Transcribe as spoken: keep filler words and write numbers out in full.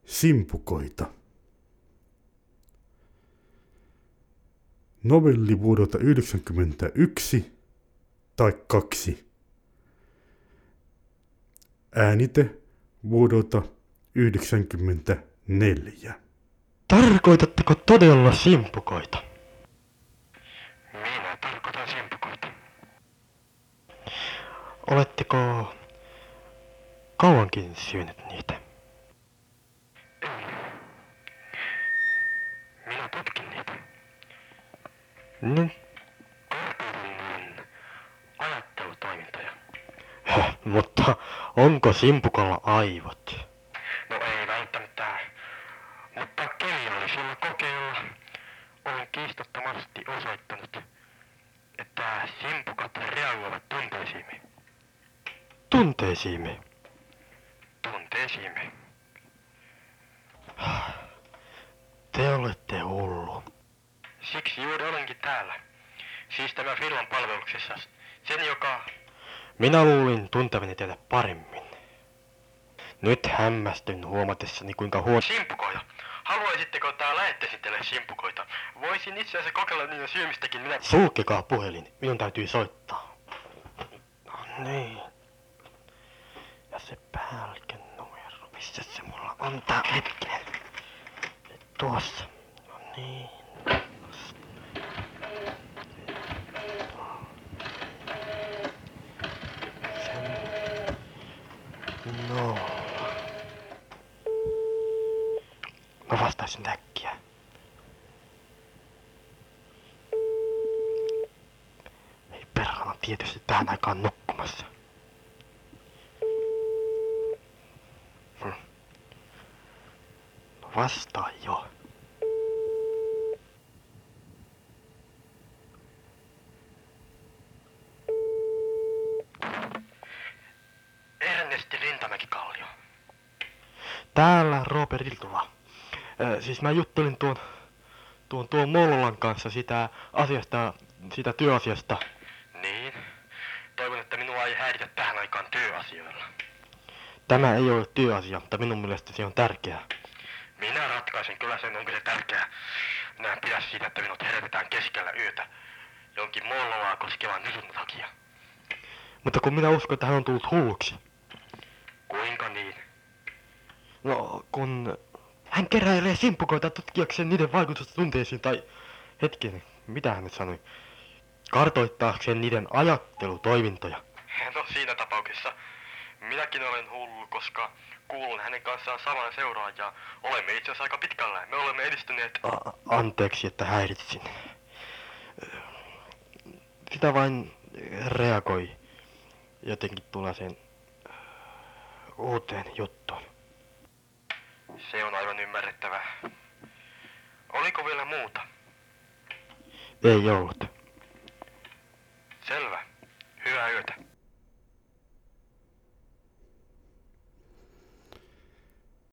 Simpukoita. Novelli vuodelta yhdeksänkymmentäyksi tai kaksi. Äänite vuodelta yhdeksänkymmentäneljä. Tarkoitatteko todella simpukoita? Minä tarkoitan simpukoita. Oletteko kauankin syönyt niitä? Ei. Minä tutkin niitä. Niin? Kartoitin niiden ajattelutoimintoja. Höh, mutta onko simpukolla aivot? No ei välttämättä. Mutta kemiallisilla kokeilla olen kiistattomasti osoittanut, että simpukat reagoivat tunteisiimme. Tunteisiimme. Tunteisiimme. Te olette hullu. Siksi juuri olenkin täällä. Siis tämän firman palveluksessa. Sen, joka... Minä luulin tuntevani teitä paremmin. Nyt hämmästyn huomatessani kuinka huono... Simpukoita. Haluaisitteko, että lähettäisin teille simpukoita? Voisin itse asiassa kokeilla niiden syömistäkin. Minä... Sulkekaa puhelin. Minun täytyy soittaa. No niin. Ja se päällikön numero. Missä se mulla on? Tää hetkinen. Tuossa. No niin. No. Mä vastaisin äkkiä. Ei perhana tietysti tähän aikaan nukkumassa. Hm. No vastaa jo. Ernesti Rintamäki-Kallio. Täällä Roope Riltula. Äh, siis mä juttelin tuon, tuon, tuon Mollolan kanssa sitä asiasta, sitä työasiasta. Niin. Toivon, että minua ei häiritä tähän aikaan työasioilla. Tämä ei ole työasia, mutta minun mielestä se on tärkeää. Minä ratkaisen kyllä sen, onko se tärkeää. Minä en pidä siitä, että minut herätetään keskellä yötä jonkin Mollolaa koskevan jutun takia. Mutta kun minä uskon, että hän on tullut hulluksi. Kuinka niin? No, kun hän keräilee simpukoita tutkiakseen niiden vaikutusta tunteisiin tai... Hetkinen, mitä hän nyt sanoi? Kartoittaakseen niiden ajattelutoimintoja. No siinä tapauksessa minäkin olen hullu, koska kuulun hänen kanssaan samaan seuraan ja olemme itse asiassa aika pitkällä. Me olemme edistyneet... A- anteeksi, että häiritsin. Sitä vain reagoi jotenkin tuollaiseen uuteen juttuun. Se on aivan ymmärrettävää. Oliko vielä muuta? Ei ollut.